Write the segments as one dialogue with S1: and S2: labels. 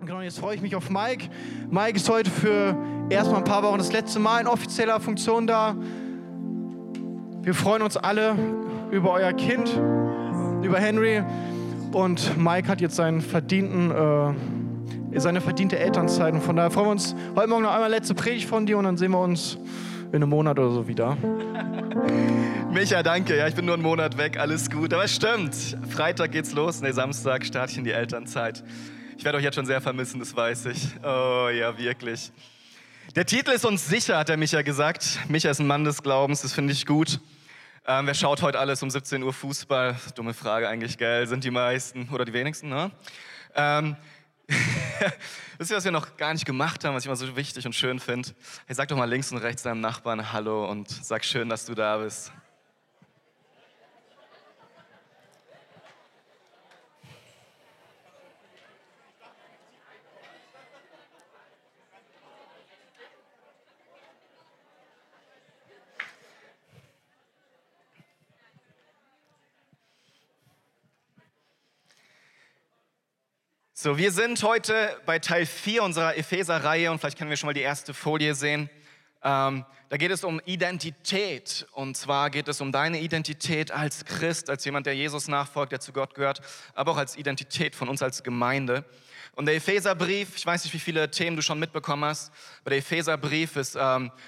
S1: Genau, jetzt freue ich mich auf Mike. Mike ist heute für erstmal ein paar Wochen das letzte Mal in offizieller Funktion da. Wir freuen uns alle über euer Kind, über Henry. Und Mike hat jetzt seine verdiente Elternzeit. Und von daher freuen wir uns heute Morgen noch einmal letzte Predigt von dir und dann sehen wir uns in einem Monat oder so wieder.
S2: Micha, danke. Ja, ich bin nur einen Monat weg, alles gut. Aber es stimmt, Freitag geht's los. Samstag starte ich in die Elternzeit. Ich werde euch jetzt schon sehr vermissen, das weiß ich. Oh ja, wirklich. Der Titel ist uns sicher, hat der Micha gesagt. Micha ist ein Mann des Glaubens, das finde ich gut. Wer schaut heute alles um 17 Uhr Fußball? Dumme Frage eigentlich, gell? Sind die meisten oder die wenigsten, ne? Wisst ihr, was wir noch gar nicht gemacht haben, was ich immer so wichtig und schön finde? Hey, sag doch mal links und rechts deinem Nachbarn Hallo und sag schön, dass du da bist. So, wir sind heute bei Teil 4 unserer Epheser-Reihe und vielleicht können wir schon mal die erste Folie sehen. Da geht es um Identität und zwar geht es um deine Identität als Christ, als jemand, der Jesus nachfolgt, der zu Gott gehört, aber auch als Identität von uns als Gemeinde. Und der Epheserbrief, ich weiß nicht, wie viele Themen du schon mitbekommen hast, aber der Epheserbrief ist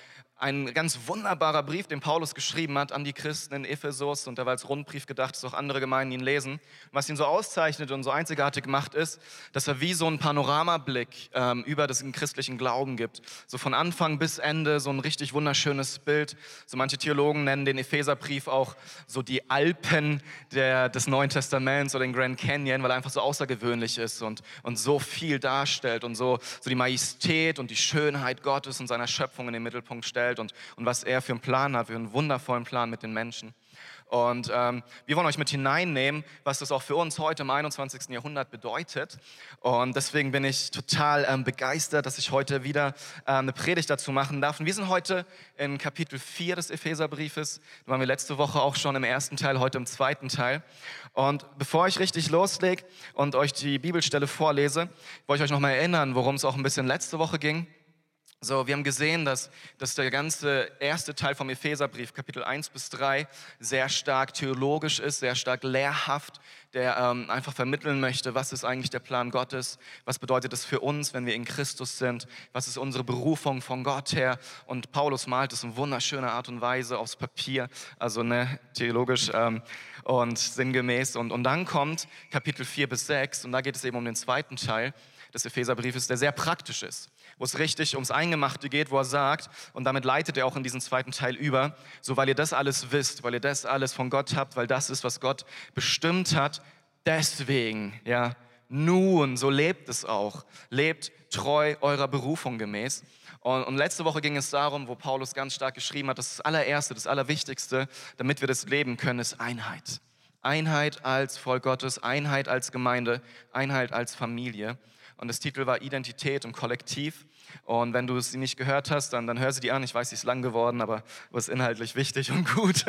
S2: ein ganz wunderbarer Brief, den Paulus geschrieben hat an die Christen in Ephesus und der war als Rundbrief gedacht, dass auch andere Gemeinden ihn lesen. Und was ihn so auszeichnet und so einzigartig macht, ist, dass er wie so einen Panoramablick über den christlichen Glauben gibt. So von Anfang bis Ende so ein richtig wunderschönes Bild. So manche Theologen nennen den Epheserbrief auch so die Alpen des Neuen Testaments oder den Grand Canyon, weil er einfach so außergewöhnlich ist und so viel darstellt und so die Majestät und die Schönheit Gottes und seiner Schöpfung in den Mittelpunkt stellt. Und was er für einen Plan hat, für einen wundervollen Plan mit den Menschen. Und wir wollen euch mit hineinnehmen, was das auch für uns heute im 21. Jahrhundert bedeutet. Und deswegen bin ich total begeistert, dass ich heute wieder eine Predigt dazu machen darf. Und wir sind heute in Kapitel 4 des Epheserbriefes. Da waren wir letzte Woche auch schon im ersten Teil, heute im zweiten Teil. Und bevor ich richtig loslege und euch die Bibelstelle vorlese, wollte ich euch noch mal erinnern, worum es auch ein bisschen letzte Woche ging. So, wir haben gesehen, dass der ganze erste Teil vom Epheserbrief, Kapitel 1 bis 3, sehr stark theologisch ist, sehr stark lehrhaft, der einfach vermitteln möchte, was ist eigentlich der Plan Gottes, was bedeutet es für uns, wenn wir in Christus sind, was ist unsere Berufung von Gott her. Und Paulus malt es in wunderschöner Art und Weise aufs Papier, also theologisch und sinngemäß. Und dann kommt Kapitel 4 bis 6 und da geht es eben um den zweiten Teil des Epheserbriefes, der sehr praktisch ist, wo es richtig ums Eingemachte geht, wo er sagt, und damit leitet er auch in diesen zweiten Teil über, so weil ihr das alles wisst, weil ihr das alles von Gott habt, weil das ist, was Gott bestimmt hat, deswegen, ja, nun, so lebt es auch, lebt treu eurer Berufung gemäß. Und letzte Woche ging es darum, wo Paulus ganz stark geschrieben hat, das allererste, das Allerwichtigste, damit wir das leben können, ist Einheit. Einheit als Volk Gottes, Einheit als Gemeinde, Einheit als Familie. Und das Titel war Identität und Kollektiv. Und wenn du sie nicht gehört hast, dann hör sie dir an. Ich weiß, sie ist lang geworden, aber es ist inhaltlich wichtig und gut.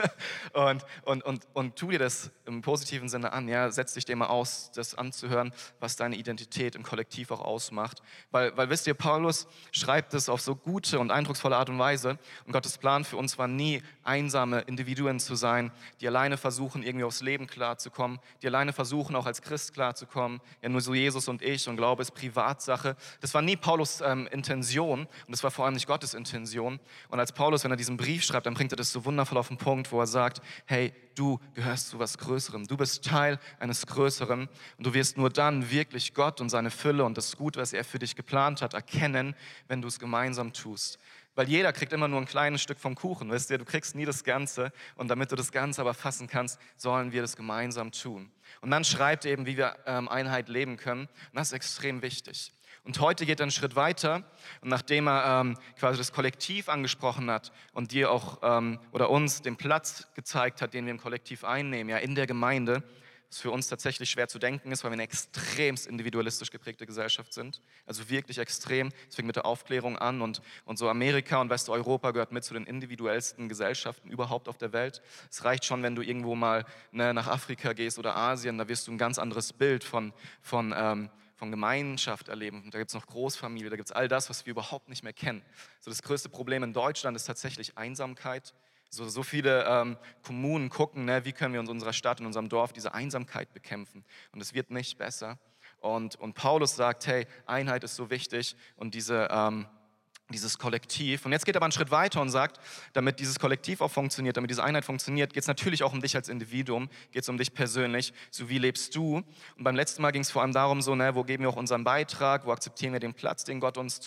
S2: Und tu dir das im positiven Sinne an. Ja? Setz dich dem mal aus, das anzuhören, was deine Identität im Kollektiv auch ausmacht. Weil wisst ihr, Paulus schreibt es auf so gute und eindrucksvolle Art und Weise. Und Gottes Plan für uns war nie, einsame Individuen zu sein, die alleine versuchen, irgendwie aufs Leben klarzukommen, die alleine versuchen, auch als Christ klarzukommen. Ja, nur so Jesus und ich und Glaube ist Privatsache. Das war nie Paulus' Intention und das war vor allem nicht Gottes Intention. Und als Paulus, wenn er diesen Brief schreibt, dann bringt er das so wundervoll auf den Punkt, wo er sagt, hey, du gehörst zu was Größerem, du bist Teil eines Größeren und du wirst nur dann wirklich Gott und seine Fülle und das Gute, was er für dich geplant hat, erkennen, wenn du es gemeinsam tust. Weil jeder kriegt immer nur ein kleines Stück vom Kuchen, wisst ihr, du kriegst nie das Ganze und damit du das Ganze aber fassen kannst, sollen wir das gemeinsam tun. Und dann schreibt er eben, wie wir Einheit leben können und das ist extrem wichtig. Und heute geht er einen Schritt weiter und nachdem er quasi das Kollektiv angesprochen hat und dir auch oder uns den Platz gezeigt hat, den wir im Kollektiv einnehmen, ja in der Gemeinde, was für uns tatsächlich schwer zu denken ist, weil wir eine extremst individualistisch geprägte Gesellschaft sind. Also wirklich extrem. Es fängt mit der Aufklärung an und so Amerika und Westeuropa gehört mit zu den individuellsten Gesellschaften überhaupt auf der Welt. Es reicht schon, wenn du irgendwo mal nach Afrika gehst oder Asien, da wirst du ein ganz anderes Bild von von Gemeinschaft erleben. Und da gibt es noch Großfamilie, da gibt es all das, was wir überhaupt nicht mehr kennen. So das größte Problem in Deutschland ist tatsächlich Einsamkeit. So viele Kommunen gucken, ne, wie können wir in unserer Stadt, in unserem Dorf diese Einsamkeit bekämpfen. Und es wird nicht besser. Und Paulus sagt, hey, Einheit ist so wichtig und dieses Kollektiv. Und jetzt geht er aber einen Schritt weiter und sagt, damit dieses Kollektiv auch funktioniert, damit diese Einheit funktioniert, geht es natürlich auch um dich als Individuum, geht es um dich persönlich, so wie lebst du. Und beim letzten Mal ging es vor allem darum, so, ne, wo geben wir auch unseren Beitrag, wo akzeptieren wir den Platz, den Gott uns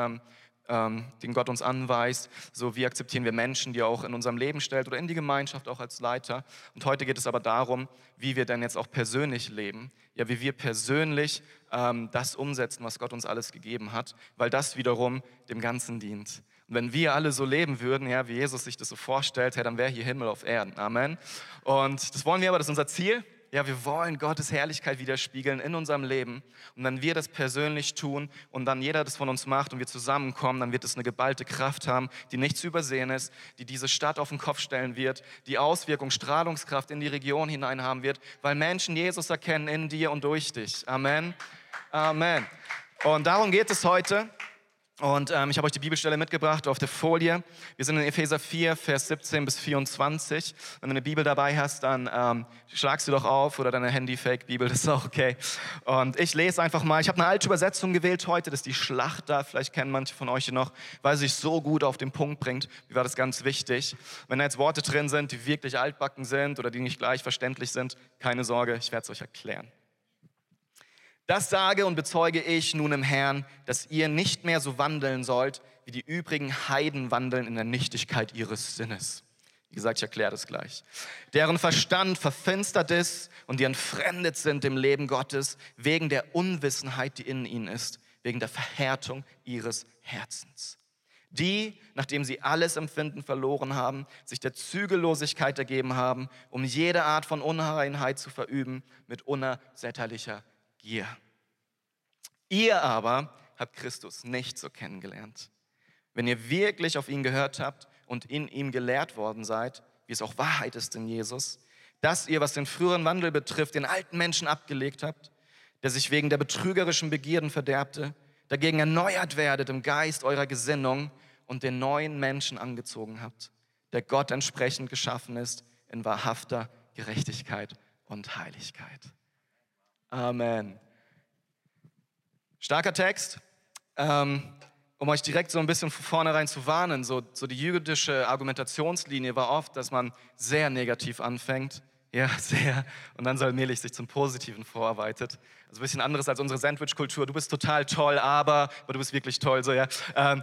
S2: anweist, so wie akzeptieren wir Menschen, die er auch in unserem Leben stellt oder in die Gemeinschaft auch als Leiter. Und heute geht es aber darum, wie wir denn jetzt auch persönlich leben, ja, wie wir persönlich das umsetzen, was Gott uns alles gegeben hat, weil das wiederum dem Ganzen dient. Und wenn wir alle so leben würden, ja, wie Jesus sich das so vorstellt, ja, dann wäre hier Himmel auf Erden. Amen. Und das wollen wir aber, das ist unser Ziel. Ja, wir wollen Gottes Herrlichkeit widerspiegeln in unserem Leben. Und wenn wir das persönlich tun und dann jeder das von uns macht und wir zusammenkommen, dann wird es eine geballte Kraft haben, die nicht zu übersehen ist, die diese Stadt auf den Kopf stellen wird, die Auswirkung, Strahlungskraft in die Region hinein haben wird, weil Menschen Jesus erkennen in dir und durch dich. Amen. Amen. Und darum geht es heute. Und ich habe euch die Bibelstelle mitgebracht auf der Folie. Wir sind in Epheser 4, Vers 17 bis 24. Wenn du eine Bibel dabei hast, dann schlagst du doch auf oder deine Handy-Fake-Bibel, das ist auch okay. Und ich lese einfach mal. Ich habe eine alte Übersetzung gewählt heute, das ist die Schlachter. Vielleicht kennen manche von euch die noch, weil sie sich so gut auf den Punkt bringt. Mir war das ganz wichtig. Wenn da jetzt Worte drin sind, die wirklich altbacken sind oder die nicht gleich verständlich sind, keine Sorge, ich werde es euch erklären. Das sage und bezeuge ich nun im Herrn, dass ihr nicht mehr so wandeln sollt, wie die übrigen Heiden wandeln in der Nichtigkeit ihres Sinnes. Wie gesagt, ich erkläre das gleich. Deren Verstand verfinstert ist und die entfremdet sind dem Leben Gottes, wegen der Unwissenheit, die in ihnen ist, wegen der Verhärtung ihres Herzens. Die, nachdem sie alles Empfinden verloren haben, sich der Zügellosigkeit ergeben haben, um jede Art von Unreinheit zu verüben, mit unersättlicher Gier. Ihr aber habt Christus nicht so kennengelernt. Wenn ihr wirklich auf ihn gehört habt und in ihm gelehrt worden seid, wie es auch Wahrheit ist in Jesus, dass ihr, was den früheren Wandel betrifft, den alten Menschen abgelegt habt, der sich wegen der betrügerischen Begierden verderbte, dagegen erneuert werdet im Geist eurer Gesinnung und den neuen Menschen angezogen habt, der Gott entsprechend geschaffen ist in wahrhafter Gerechtigkeit und Heiligkeit. Amen. Starker Text, um euch direkt so ein bisschen von vornherein zu warnen. So die jüdische Argumentationslinie war oft, dass man sehr negativ anfängt, ja, sehr, und dann so allmählich sich zum Positiven vorarbeitet. Also ein bisschen anderes als unsere Sandwich-Kultur. Du bist total toll, aber du bist wirklich toll. So, ja.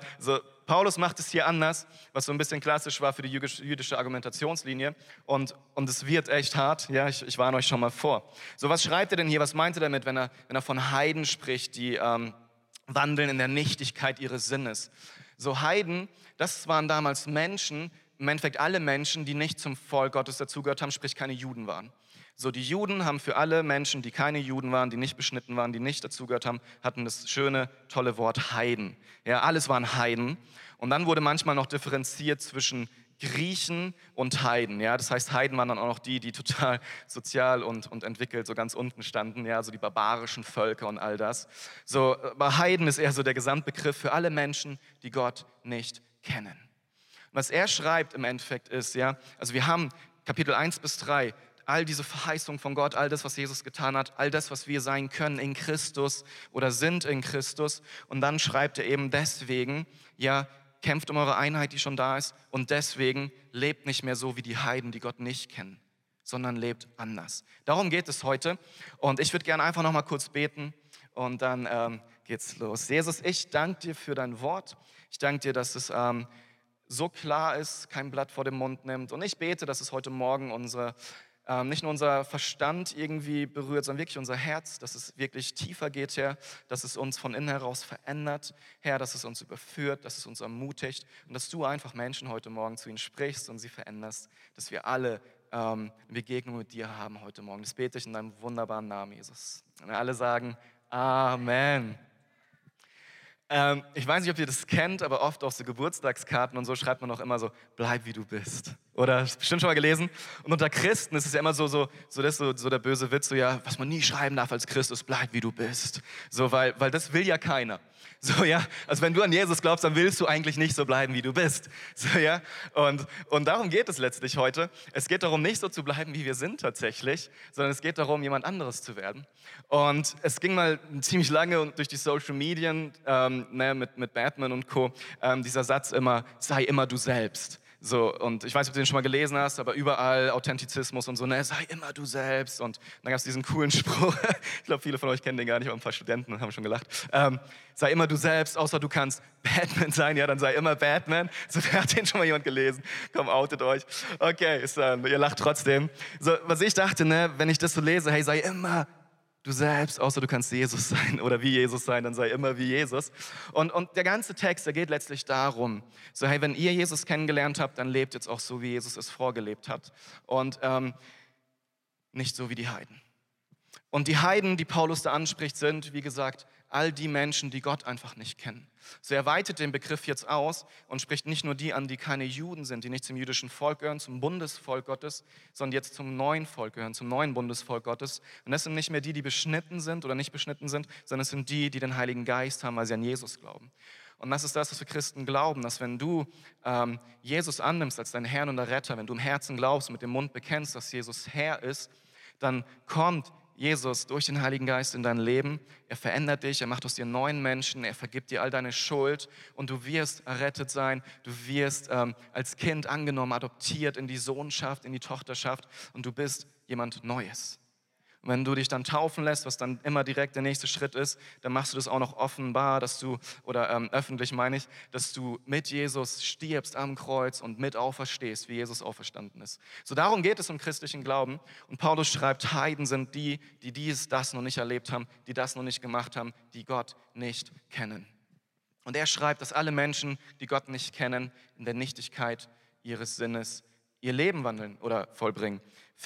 S2: Paulus macht es hier anders, was so ein bisschen klassisch war für die jüdische Argumentationslinie. Und es wird echt hart. Ja, ich warne euch schon mal vor. So, was schreibt er denn hier? Was meint er damit, wenn er von Heiden spricht, die wandeln in der Nichtigkeit ihres Sinnes? So Heiden, das waren damals Menschen, im Endeffekt alle Menschen, die nicht zum Volk Gottes dazugehört haben, sprich keine Juden waren. So, die Juden haben für alle Menschen, die keine Juden waren, die nicht beschnitten waren, die nicht dazugehört haben, hatten das schöne, tolle Wort Heiden. Ja, alles waren Heiden. Und dann wurde manchmal noch differenziert zwischen Griechen und Heiden. Ja, das heißt, Heiden waren dann auch noch die total sozial und entwickelt so ganz unten standen. Ja, so die barbarischen Völker und all das. So, aber Heiden ist eher so der Gesamtbegriff für alle Menschen, die Gott nicht kennen. Was er schreibt im Endeffekt ist, ja, also wir haben Kapitel 1 bis 3, all diese Verheißungen von Gott, all das, was Jesus getan hat, all das, was wir sein können in Christus oder sind in Christus. Und dann schreibt er eben deswegen, ja, kämpft um eure Einheit, die schon da ist. Und deswegen lebt nicht mehr so wie die Heiden, die Gott nicht kennen, sondern lebt anders. Darum geht es heute. Und ich würde gerne einfach noch mal kurz beten und dann geht's los. Jesus, ich danke dir für dein Wort. Ich danke dir, dass es so klar ist, kein Blatt vor den Mund nimmt. Und ich bete, dass es heute Morgen nicht nur unser Verstand irgendwie berührt, sondern wirklich unser Herz, dass es wirklich tiefer geht, Herr, dass es uns von innen heraus verändert, Herr, dass es uns überführt, dass es uns ermutigt und dass du einfach Menschen heute Morgen zu ihnen sprichst und sie veränderst, dass wir alle eine Begegnung mit dir haben heute Morgen. Das bete ich in deinem wunderbaren Namen, Jesus. Und wir alle sagen Amen. Ich weiß nicht, ob ihr das kennt, aber oft auf so Geburtstagskarten und so schreibt man auch immer so, bleib wie du bist. Oder, hast du bestimmt schon mal gelesen? Und unter Christen ist es ja immer so der böse Witz, so ja, was man nie schreiben darf als Christ ist, bleib wie du bist. So, weil das will ja keiner. So, ja, also wenn du an Jesus glaubst, dann willst du eigentlich nicht so bleiben, wie du bist. So, ja, und darum geht es letztlich heute. Es geht darum, nicht so zu bleiben, wie wir sind tatsächlich, sondern es geht darum, jemand anderes zu werden. Und es ging mal ziemlich lange durch die Social Medien, mit Batman und Co., dieser Satz immer, sei immer du selbst. So, und ich weiß nicht, ob du den schon mal gelesen hast, aber überall Authentizismus und so, ne, sei immer du selbst. Und dann gab es diesen coolen Spruch, ich glaube, viele von euch kennen den gar nicht, aber ein paar Studenten haben schon gelacht. Sei immer du selbst, außer du kannst Batman sein, ja, dann sei immer Batman. So, hat den schon mal jemand gelesen? Komm, outet euch. Okay, ihr lacht trotzdem. So, was ich dachte, ne, wenn ich das so lese, hey, sei immer du selbst, außer du kannst Jesus sein oder wie Jesus sein, dann sei immer wie Jesus. Und der ganze Text, der geht letztlich darum, so hey, wenn ihr Jesus kennengelernt habt, dann lebt jetzt auch so, wie Jesus es vorgelebt hat. Und nicht so wie die Heiden. Und die Heiden, die Paulus da anspricht, sind, wie gesagt, all die Menschen, die Gott einfach nicht kennen. So er weitet den Begriff jetzt aus und spricht nicht nur die an, die keine Juden sind, die nicht zum jüdischen Volk gehören, zum Bundesvolk Gottes, sondern jetzt zum neuen Volk gehören, zum neuen Bundesvolk Gottes. Und das sind nicht mehr die, die beschnitten sind oder nicht beschnitten sind, sondern es sind die, die den Heiligen Geist haben, weil sie an Jesus glauben. Und das ist das, was wir Christen glauben, dass wenn du Jesus annimmst als deinen Herrn und Retter, wenn du im Herzen glaubst und mit dem Mund bekennst, dass Jesus Herr ist, dann kommt Jesus durch den Heiligen Geist in dein Leben. Er verändert dich, er macht aus dir einen neuen Menschen, er vergibt dir all deine Schuld und du wirst errettet sein, du wirst als Kind angenommen, adoptiert in die Sohnschaft, in die Tochterschaft und du bist jemand Neues. Und wenn du dich dann taufen lässt, was dann immer direkt der nächste Schritt ist, dann machst du das auch noch offenbar, öffentlich meine ich, dass du mit Jesus stirbst am Kreuz und mit auferstehst, wie Jesus auferstanden ist. So darum geht es im christlichen Glauben. Und Paulus schreibt, Heiden sind die das noch nicht erlebt haben, die das noch nicht gemacht haben, die Gott nicht kennen. Und er schreibt, dass alle Menschen, die Gott nicht kennen, in der Nichtigkeit ihres Sinnes ihr Leben wandeln oder verbringen.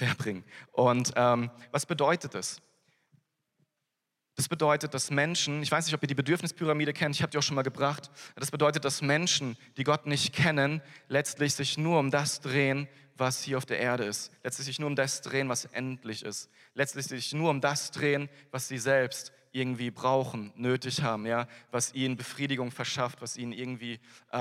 S2: Und was bedeutet das? Das bedeutet, dass Menschen, ich weiß nicht, ob ihr die Bedürfnispyramide kennt, ich habe die auch schon mal gebracht, das bedeutet, dass Menschen, die Gott nicht kennen, letztlich sich nur um das drehen, was hier auf der Erde ist. Letztlich sich nur um das drehen, was endlich ist. Letztlich sich nur um das drehen, was sie selbst irgendwie brauchen, nötig haben, ja? Was ihnen Befriedigung verschafft, was ihnen irgendwie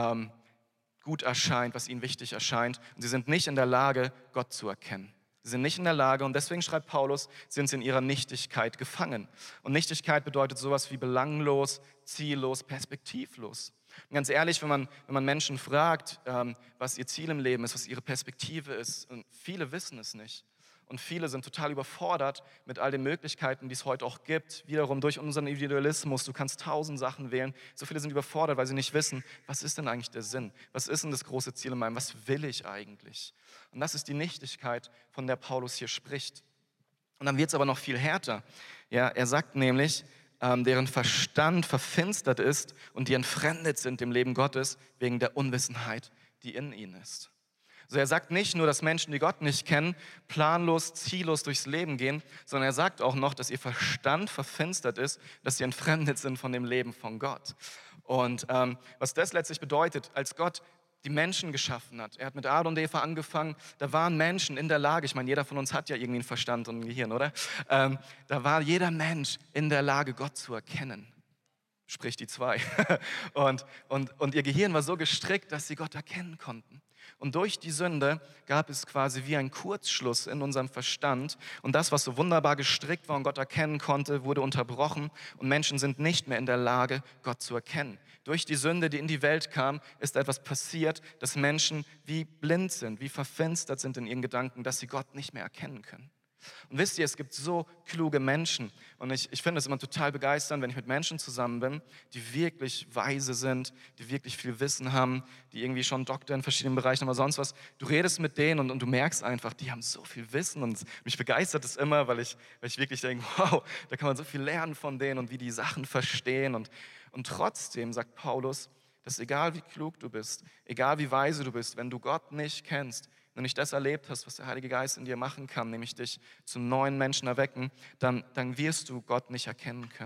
S2: gut erscheint, was ihnen wichtig erscheint. Und sie sind nicht in der Lage, Gott zu erkennen. Sie sind nicht in der Lage und deswegen schreibt Paulus, sind sie in ihrer Nichtigkeit gefangen. Und Nichtigkeit bedeutet sowas wie belanglos, ziellos, perspektivlos. Und ganz ehrlich, wenn man Menschen fragt, was ihr Ziel im Leben ist, was ihre Perspektive ist, und viele wissen es nicht. Und viele sind total überfordert mit all den Möglichkeiten, die es heute auch gibt. Wiederum durch unseren Individualismus, du kannst 1000 Sachen wählen. So viele sind überfordert, weil sie nicht wissen, was ist denn eigentlich der Sinn? Was ist denn das große Ziel in meinem? Was will ich eigentlich? Und das ist die Nichtigkeit, von der Paulus hier spricht. Und dann wird es aber noch viel härter. Ja, er sagt nämlich, deren Verstand verfinstert ist und die entfremdet sind dem Leben Gottes wegen der Unwissenheit, die in ihnen ist. Also er sagt nicht nur, dass Menschen, die Gott nicht kennen, planlos, ziellos durchs Leben gehen, sondern er sagt auch noch, dass ihr Verstand verfinstert ist, dass sie entfremdet sind von dem Leben von Gott. Und was das letztlich bedeutet, als Gott die Menschen geschaffen hat, er hat mit Adam und Eva angefangen, da waren Menschen in der Lage, ich meine, jeder von uns hat ja irgendwie einen Verstand und ein Gehirn, oder? Da war jeder Mensch in der Lage, Gott zu erkennen. Sprich die zwei. Und ihr Gehirn war so gestrickt, dass sie Gott erkennen konnten. Und durch die Sünde gab es quasi wie einen Kurzschluss in unserem Verstand. Und das, was so wunderbar gestrickt war und Gott erkennen konnte, wurde unterbrochen. Und Menschen sind nicht mehr in der Lage, Gott zu erkennen. Durch die Sünde, die in die Welt kam, ist etwas passiert, dass Menschen wie blind sind, wie verfinstert sind in ihren Gedanken, dass sie Gott nicht mehr erkennen können. Und wisst ihr, es gibt so kluge Menschen und ich finde es immer total begeisternd, wenn ich mit Menschen zusammen bin, die wirklich weise sind, die wirklich viel Wissen haben, die irgendwie schon Doktor in verschiedenen Bereichen haben oder sonst was. Du redest mit denen und du merkst einfach, die haben so viel Wissen und mich begeistert es immer, weil ich wirklich denke, wow, da kann man so viel lernen von denen und wie die Sachen verstehen und trotzdem sagt Paulus, dass egal wie klug du bist, egal wie weise du bist, wenn du Gott nicht kennst, wenn du nicht das erlebt hast, was der Heilige Geist in dir machen kann, nämlich dich zum neuen Menschen erwecken, dann wirst du Gott nicht erkennen können.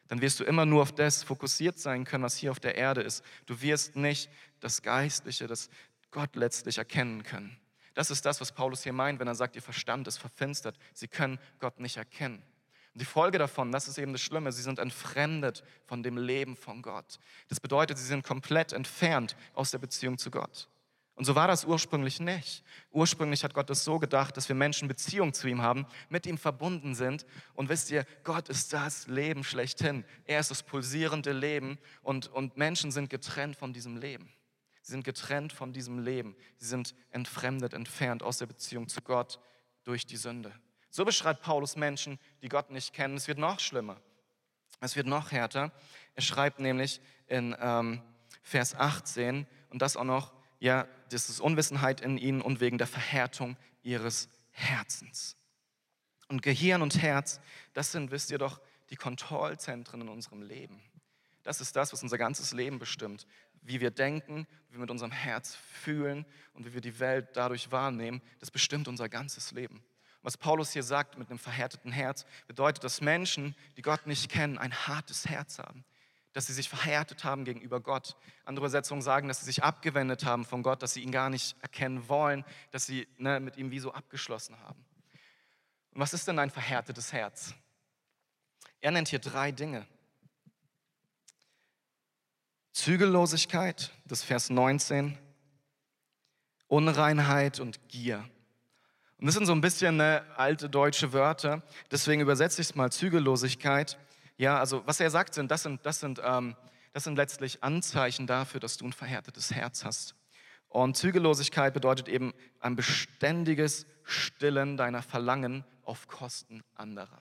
S2: dann wirst du immer nur auf das fokussiert sein können, was hier auf der Erde ist. Du wirst nicht das Geistliche, das Gott letztlich erkennen können. Das ist das, was Paulus hier meint, wenn er sagt, ihr Verstand ist verfinstert. Sie können Gott nicht erkennen. Und die Folge davon, das ist eben das Schlimme, sie sind entfremdet von dem Leben von Gott. Das bedeutet, sie sind komplett entfernt aus der Beziehung zu Gott. Und so war das ursprünglich nicht. Ursprünglich hat Gott es so gedacht, dass wir Menschen Beziehung zu ihm haben, mit ihm verbunden sind. Und wisst ihr, Gott ist das Leben schlechthin. Er ist das pulsierende Leben und Menschen sind getrennt von diesem Leben. Sie sind getrennt von diesem Leben. Sie sind entfremdet, entfernt aus der Beziehung zu Gott durch die Sünde. So beschreibt Paulus Menschen, die Gott nicht kennen. Es wird noch schlimmer. Es wird noch härter. Er schreibt nämlich in Vers 18 und das auch noch, ja, das ist Unwissenheit in ihnen und wegen der Verhärtung ihres Herzens. Und Gehirn und Herz, das sind, wisst ihr doch, die Kontrollzentren in unserem Leben. Das ist das, was unser ganzes Leben bestimmt. Wie wir denken, wie wir mit unserem Herz fühlen und wie wir die Welt dadurch wahrnehmen, das bestimmt unser ganzes Leben. Und was Paulus hier sagt mit einem verhärteten Herz, bedeutet, dass Menschen, die Gott nicht kennen, ein hartes Herz haben. Dass sie sich verhärtet haben gegenüber Gott. Andere Übersetzungen sagen, dass sie sich abgewendet haben von Gott, dass sie ihn gar nicht erkennen wollen, dass sie mit ihm wie so abgeschlossen haben. Und was ist denn ein verhärtetes Herz? Er nennt hier 3 Dinge. Zügellosigkeit, das ist Vers 19, Unreinheit und Gier. Und das sind so ein bisschen alte deutsche Wörter, deswegen übersetze ich es mal Zügellosigkeit. Ja, also was er sagt, das sind letztlich Anzeichen dafür, dass du ein verhärtetes Herz hast. Und Zügellosigkeit bedeutet eben ein beständiges Stillen deiner Verlangen auf Kosten anderer.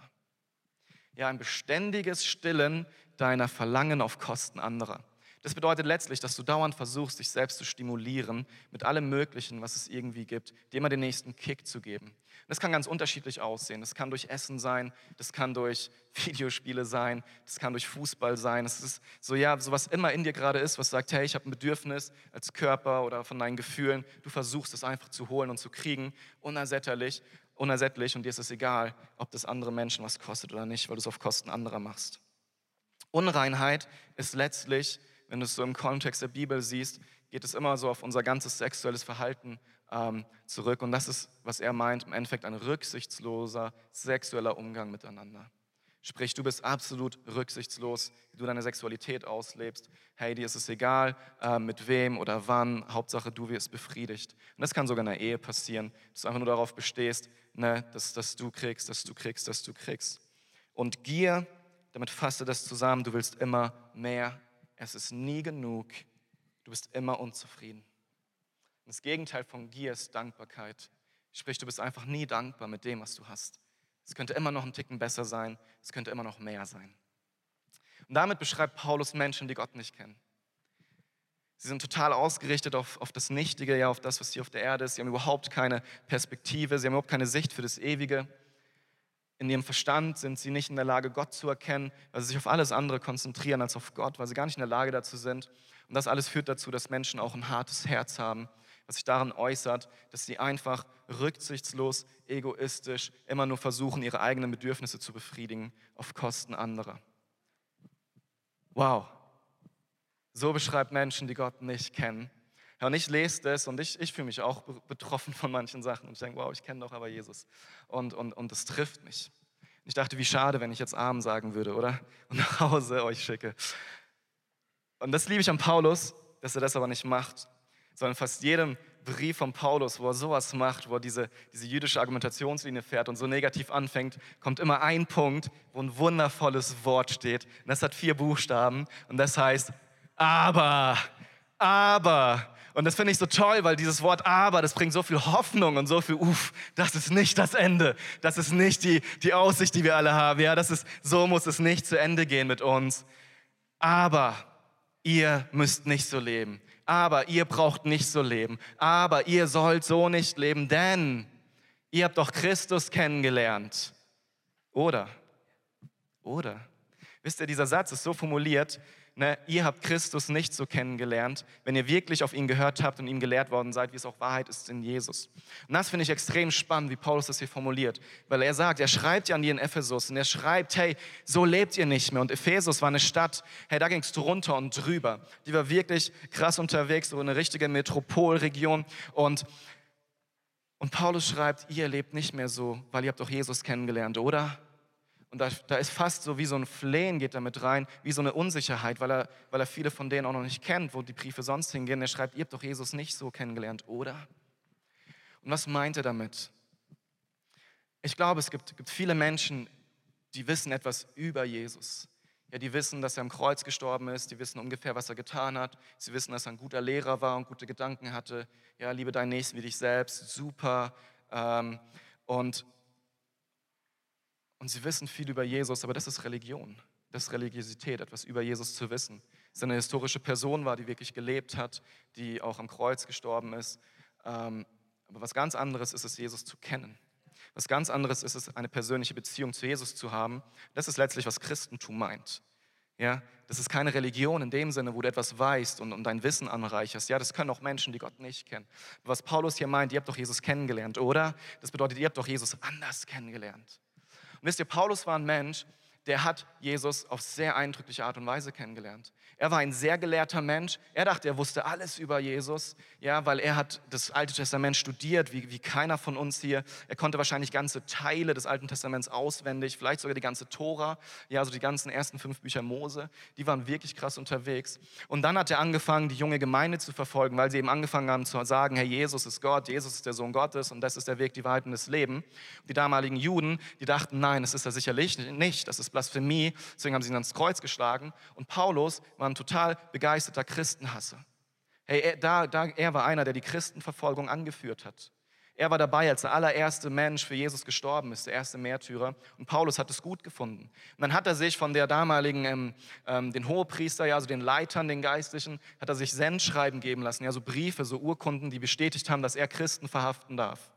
S2: Ja, ein beständiges Stillen deiner Verlangen auf Kosten anderer. Das bedeutet letztlich, dass du dauernd versuchst, dich selbst zu stimulieren mit allem Möglichen, was es irgendwie gibt, dir immer den nächsten Kick zu geben. Und das kann ganz unterschiedlich aussehen. Das kann durch Essen sein, das kann durch Videospiele sein, das kann durch Fußball sein. Es ist so, ja, so was immer in dir gerade ist, was sagt, hey, ich habe ein Bedürfnis als Körper oder von deinen Gefühlen. Du versuchst es einfach zu holen und zu kriegen, unersättlich und dir ist es egal, ob das andere Menschen was kostet oder nicht, weil du es auf Kosten anderer machst. Unreinheit ist letztlich, wenn du es so im Kontext der Bibel siehst, geht es immer so auf unser ganzes sexuelles Verhalten zurück. Und das ist, was er meint, im Endeffekt ein rücksichtsloser sexueller Umgang miteinander. Sprich, du bist absolut rücksichtslos, wie du deine Sexualität auslebst. Hey, dir ist es egal, mit wem oder wann, Hauptsache du wirst befriedigt. Und das kann sogar in der Ehe passieren, dass du einfach nur darauf bestehst, dass du kriegst. Und Gier, damit fasst er das zusammen, du willst immer mehr. Es ist nie genug. Du bist immer unzufrieden. Und das Gegenteil von Gier ist Dankbarkeit. Sprich, du bist einfach nie dankbar mit dem, was du hast. Es könnte immer noch ein Ticken besser sein. Es könnte immer noch mehr sein. Und damit beschreibt Paulus Menschen, die Gott nicht kennen. Sie sind total ausgerichtet auf das Nichtige, ja, auf das, was hier auf der Erde ist. Sie haben überhaupt keine Perspektive. Sie haben überhaupt keine Sicht für das Ewige. In ihrem Verstand sind sie nicht in der Lage, Gott zu erkennen, weil sie sich auf alles andere konzentrieren als auf Gott, weil sie gar nicht in der Lage dazu sind. Und das alles führt dazu, dass Menschen auch ein hartes Herz haben, was sich darin äußert, dass sie einfach rücksichtslos, egoistisch immer nur versuchen, ihre eigenen Bedürfnisse zu befriedigen auf Kosten anderer. Wow. So beschreibt Menschen, die Gott nicht kennen. Ja, und ich lese das und ich fühle mich auch betroffen von manchen Sachen. Und ich denke, wow, ich kenne doch aber Jesus. Und das trifft mich. Ich dachte, wie schade, wenn ich jetzt Amen sagen würde, oder? Und nach Hause euch schicke. Und das liebe ich an Paulus, dass er das aber nicht macht. Sondern fast jedem Brief von Paulus, wo er sowas macht, wo er diese jüdische Argumentationslinie fährt und so negativ anfängt, kommt immer ein Punkt, wo ein wundervolles Wort steht. Und das hat 4 Buchstaben und das heißt aber. Und das finde ich so toll, weil dieses Wort aber, das bringt so viel Hoffnung und so viel, das ist nicht das Ende. Das ist nicht die Aussicht, die wir alle haben. Ja, so muss es nicht zu Ende gehen mit uns. Aber ihr müsst nicht so leben. Aber ihr braucht nicht so leben. Aber ihr sollt so nicht leben, denn ihr habt doch Christus kennengelernt. Oder? Wisst ihr, dieser Satz ist so formuliert, ne, ihr habt Christus nicht so kennengelernt, wenn ihr wirklich auf ihn gehört habt und ihm gelehrt worden seid, wie es auch Wahrheit ist in Jesus. Und das finde ich extrem spannend, wie Paulus das hier formuliert, weil er sagt, er schreibt ja an die in Ephesus und er schreibt, hey, so lebt ihr nicht mehr. Und Ephesus war eine Stadt, hey, da ging es drunter und drüber. Die war wirklich krass unterwegs, so eine richtige Metropolregion. Und Paulus schreibt, ihr lebt nicht mehr so, weil ihr habt doch Jesus kennengelernt, oder? Und da ist fast so wie so ein Flehen geht da mit rein, wie so eine Unsicherheit, weil er viele von denen auch noch nicht kennt, wo die Briefe sonst hingehen. Er schreibt, ihr habt doch Jesus nicht so kennengelernt, oder? Und was meint er damit? Ich glaube, es gibt viele Menschen, die wissen etwas über Jesus. Ja, die wissen, dass er am Kreuz gestorben ist, die wissen ungefähr, was er getan hat. Sie wissen, dass er ein guter Lehrer war und gute Gedanken hatte. Ja, liebe deinen Nächsten wie dich selbst, super. Und sie wissen viel über Jesus, aber das ist Religion. Das ist Religiosität, etwas über Jesus zu wissen. Dass er eine historische Person war, die wirklich gelebt hat, die auch am Kreuz gestorben ist. Aber was ganz anderes ist es, Jesus zu kennen. Was ganz anderes ist es, eine persönliche Beziehung zu Jesus zu haben. Das ist letztlich, was Christentum meint. Ja, das ist keine Religion in dem Sinne, wo du etwas weißt und dein Wissen anreicherst. Ja, das können auch Menschen, die Gott nicht kennen. Aber was Paulus hier meint, ihr habt doch Jesus kennengelernt, oder? Das bedeutet, ihr habt doch Jesus anders kennengelernt. Und wisst ihr, Paulus war ein Mensch, der hat Jesus auf sehr eindrückliche Art und Weise kennengelernt. Er war ein sehr gelehrter Mensch. Er dachte, er wusste alles über Jesus, ja, weil er hat das Alte Testament studiert, wie keiner von uns hier. Er konnte wahrscheinlich ganze Teile des Alten Testaments auswendig, vielleicht sogar die ganze Tora, ja, also die ganzen ersten 5 Bücher Mose. Die waren wirklich krass unterwegs. Und dann hat er angefangen, die junge Gemeinde zu verfolgen, weil sie eben angefangen haben zu sagen, hey, Jesus ist Gott, Jesus ist der Sohn Gottes und das ist der Weg, die Wahrheit und das Leben. Die damaligen Juden, die dachten, nein, das ist er sicherlich nicht, das ist Blasphemie, deswegen haben sie ihn ans Kreuz geschlagen. Und Paulus war ein total begeisterter Christenhasser. Hey, er war einer, der die Christenverfolgung angeführt hat. Er war dabei, als der allererste Mensch für Jesus gestorben ist, der erste Märtyrer. Und Paulus hat es gut gefunden. Und dann hat er sich von der damaligen, den Hohepriester, ja, also den Leitern, den Geistlichen, hat er sich Sendschreiben geben lassen, ja, so Briefe, so Urkunden, die bestätigt haben, dass er Christen verhaften darf.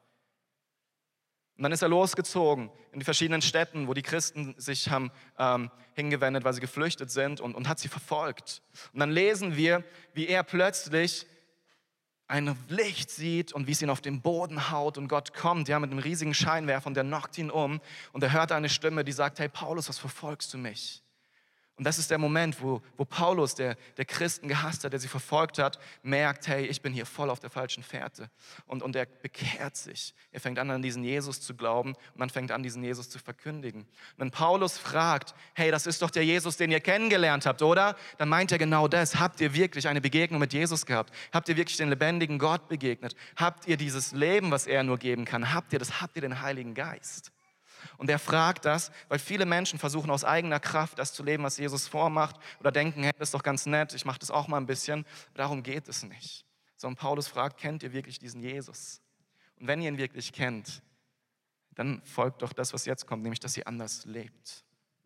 S2: Und dann ist er losgezogen in die verschiedenen Städten, wo die Christen sich haben hingewendet, weil sie geflüchtet sind und hat sie verfolgt. Und dann lesen wir, wie er plötzlich ein Licht sieht und wie es ihn auf den Boden haut und Gott kommt, ja, mit einem riesigen Scheinwerfer und der knockt ihn um und er hört eine Stimme, die sagt, hey Paulus, was verfolgst du mich? Und das ist der Moment, wo Paulus, der Christen gehasst hat, der sie verfolgt hat, merkt, hey, ich bin hier voll auf der falschen Fährte. Und er bekehrt sich. Er fängt an diesen Jesus zu glauben und man fängt an, diesen Jesus zu verkündigen. Und wenn Paulus fragt, hey, das ist doch der Jesus, den ihr kennengelernt habt, oder? Dann meint er genau das. Habt ihr wirklich eine Begegnung mit Jesus gehabt? Habt ihr wirklich den lebendigen Gott begegnet? Habt ihr dieses Leben, was er nur geben kann? Habt ihr den Heiligen Geist? Und er fragt das, weil viele Menschen versuchen aus eigener Kraft das zu leben, was Jesus vormacht oder denken, hey, das ist doch ganz nett, ich mache das auch mal ein bisschen. Darum geht es nicht. Sondern Paulus fragt, kennt ihr wirklich diesen Jesus? Und wenn ihr ihn wirklich kennt, dann folgt doch das, was jetzt kommt, nämlich, dass ihr anders lebt.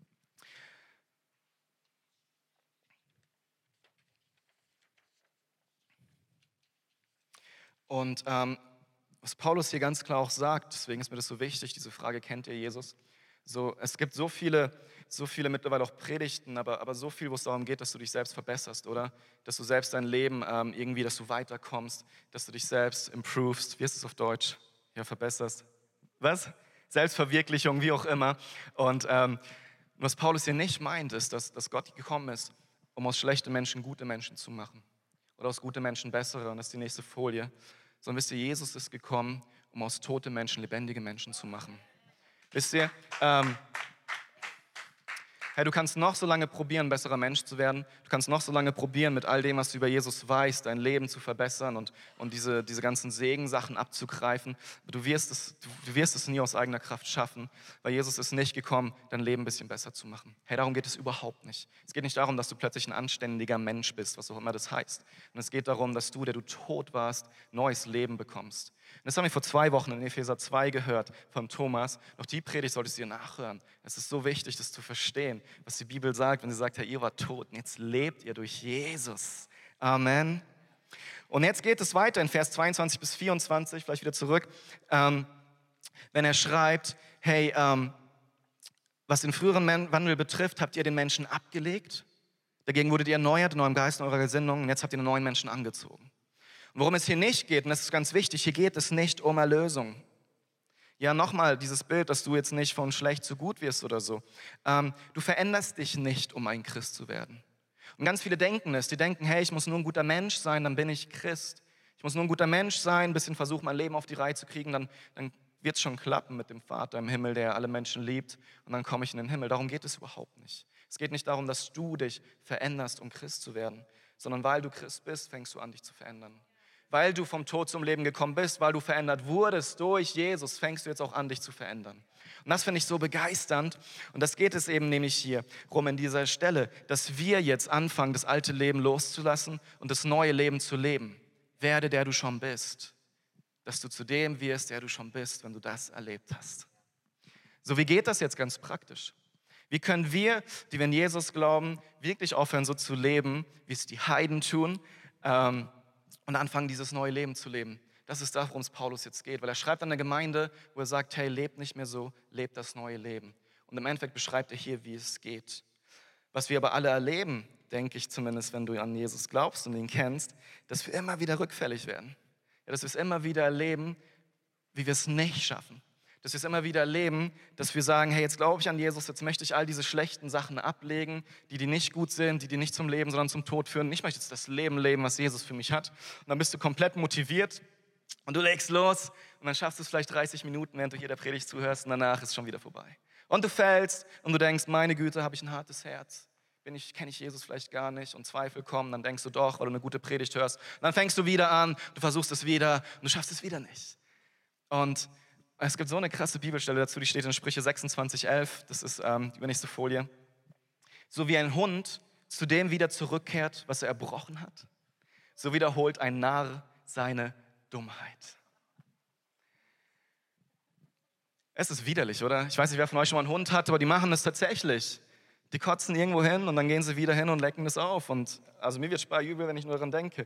S2: Und was Paulus hier ganz klar auch sagt, deswegen ist mir das so wichtig, diese Frage, kennt ihr Jesus? So, es gibt so viele mittlerweile auch Predigten, aber so viel, wo es darum geht, dass du dich selbst verbesserst, oder? Dass du selbst dein Leben irgendwie, dass du weiterkommst, dass du dich selbst improvest. Wie ist es auf Deutsch? Ja, verbesserst. Was? Selbstverwirklichung, wie auch immer. Und was Paulus hier nicht meint, ist, dass Gott gekommen ist, um aus schlechten Menschen gute Menschen zu machen. Oder aus guten Menschen bessere. Und das ist die nächste Folie. Sondern wisst ihr, Jesus ist gekommen, um aus toten Menschen lebendige Menschen zu machen. Wisst ihr, hey, du kannst noch so lange probieren, ein besserer Mensch zu werden. Du kannst noch so lange probieren, mit all dem, was du über Jesus weißt, dein Leben zu verbessern und diese ganzen Segensachen abzugreifen. Aber du wirst es nie aus eigener Kraft schaffen, weil Jesus ist nicht gekommen, dein Leben ein bisschen besser zu machen. Hey, darum geht es überhaupt nicht. Es geht nicht darum, dass du plötzlich ein anständiger Mensch bist, was auch immer das heißt. Und es geht darum, dass du, der du tot warst, neues Leben bekommst. Und das haben wir vor 2 Wochen in Epheser 2 gehört von Thomas. Doch die Predigt solltest du dir nachhören. Es ist so wichtig, das zu verstehen, was die Bibel sagt, wenn sie sagt, hey, ihr wart tot und jetzt lebt ihr durch Jesus. Amen. Und jetzt geht es weiter in Vers 22 bis 24, vielleicht wieder zurück, wenn er schreibt, hey, Was den früheren Wandel betrifft, habt ihr den Menschen abgelegt. Dagegen wurdet ihr erneuert in eurem Geist und eurer Gesinnung und jetzt habt ihr einen neuen Menschen angezogen. Und worum es hier nicht geht, und das ist ganz wichtig, hier geht es nicht um Erlösung. Ja, nochmal dieses Bild, dass du jetzt nicht von schlecht zu gut wirst oder so. Du veränderst dich nicht, um ein Christ zu werden. Und ganz viele denken es. Die denken, hey, ich muss nur ein guter Mensch sein, dann bin ich Christ. Ich muss nur ein guter Mensch sein, ein bisschen versuchen, mein Leben auf die Reihe zu kriegen, dann wird es schon klappen mit dem Vater im Himmel, der alle Menschen liebt. Und dann komme ich in den Himmel. Darum geht es überhaupt nicht. Es geht nicht darum, dass du dich veränderst, um Christ zu werden, sondern weil du Christ bist, fängst du an, dich zu verändern. Weil du vom Tod zum Leben gekommen bist, weil du verändert wurdest durch Jesus, fängst du jetzt auch an, dich zu verändern. Und das finde ich so begeisternd. Und das geht es eben nämlich hier rum in dieser Stelle, dass wir jetzt anfangen, das alte Leben loszulassen und das neue Leben zu leben. Werde, der du schon bist. Dass du zu dem wirst, der du schon bist, wenn du das erlebt hast. So, wie geht das jetzt ganz praktisch? Wie können wir, die wir an Jesus glauben, wirklich aufhören, so zu leben, wie es die Heiden tun, und anfangen, dieses neue Leben zu leben? Das ist das, worum es Paulus jetzt geht, weil er schreibt an eine Gemeinde, wo er sagt, hey, lebt nicht mehr so, lebt das neue Leben. Und im Endeffekt beschreibt er hier, wie es geht. Was wir aber alle erleben, denke ich zumindest, wenn du an Jesus glaubst und ihn kennst, dass wir immer wieder rückfällig werden. Ja, dass wir es immer wieder erleben, wie wir es nicht schaffen. Dass wir es immer wieder erleben, dass wir sagen, hey, jetzt glaube ich an Jesus, jetzt möchte ich all diese schlechten Sachen ablegen, die nicht gut sind, die nicht zum Leben, sondern zum Tod führen. Ich möchte jetzt das Leben leben, was Jesus für mich hat. Und dann bist du komplett motiviert und du legst los und dann schaffst du es vielleicht 30 Minuten, während du hier der Predigt zuhörst und danach ist es schon wieder vorbei. Und du fällst und du denkst, meine Güte, habe ich ein hartes Herz. Kenne ich Jesus vielleicht gar nicht und Zweifel kommen, dann denkst du doch, weil du eine gute Predigt hörst. Und dann fängst du wieder an, du versuchst es wieder und du schaffst es wieder nicht. Und es gibt so eine krasse Bibelstelle dazu, die steht in Sprüche 26,11. Das ist die übernächste Folie. So wie ein Hund zu dem wieder zurückkehrt, was er erbrochen hat, so wiederholt ein Narr seine Dummheit. Es ist widerlich, oder? Ich weiß nicht, wer von euch schon mal einen Hund hat, aber die machen das tatsächlich. Die kotzen irgendwo hin und dann gehen sie wieder hin und lecken das auf. Und also mir wird speiübel, wenn ich nur daran denke.